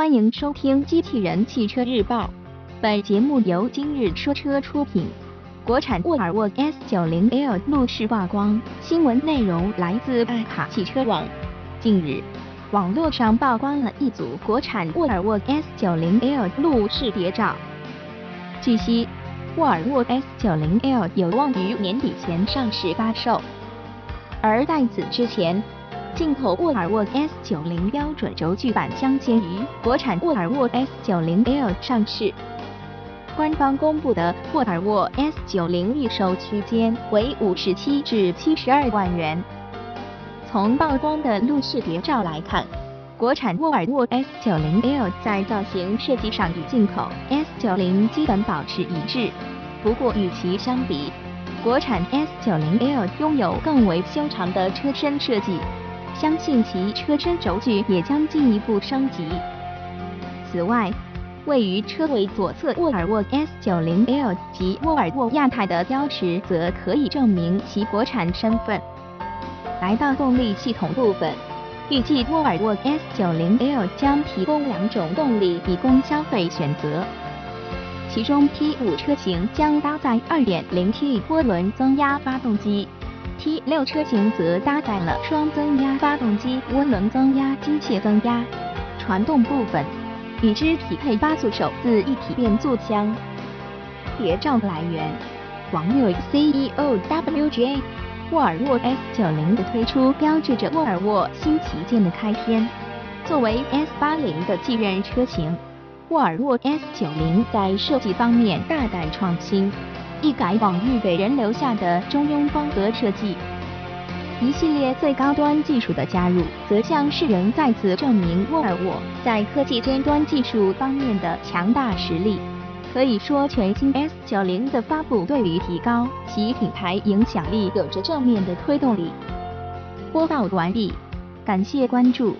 欢迎收听机器人汽车日报，本节目由今日说车出品。国产沃尔沃 S90L 路试曝光，新闻内容来自爱卡汽车网。近日，网络上曝光了一组国产沃尔沃 S90L 路试谍照。据悉，沃尔沃 S90L 有望于年底前上市发售，而在此之前，进口沃尔沃 S90 标准轴距版将先于国产沃尔沃 S90L 上市。官方公布的沃尔沃 S90 预售区间为57至72万元。从曝光的路试谍照来看，国产沃尔沃 S90L 在造型设计上与进口 S90 基本保持一致，不过与其相比，国产 S90L 拥有更为修长的车身设计，相信其车身轴距也将进一步升级。此外，位于车尾左侧沃尔沃 S90L 及沃尔沃亚太的标识则可以证明其国产身份。来到动力系统部分，预计沃尔沃 S90L 将提供2种动力以供消费选择，其中 T5 车型将搭载 2.0T 涡轮增压发动机。T6 车型则搭载了双增压发动机、涡轮增压、机械增压。传动部分与之匹配8速手自一体变速箱。谍照来源：网友 CEOWJ。沃尔沃 S90 的推出标志着沃尔沃新旗舰的开篇。作为 S80 的继任车型，沃尔沃 S90 在设计方面大胆创新，一改往日给人留下的中庸风格设计。一系列最高端技术的加入，则向世人再次证明沃尔沃在科技尖端技术方面的强大实力。可以说，全新 S90 的发布对于提高其品牌影响力有着正面的推动力。播报完毕，感谢关注。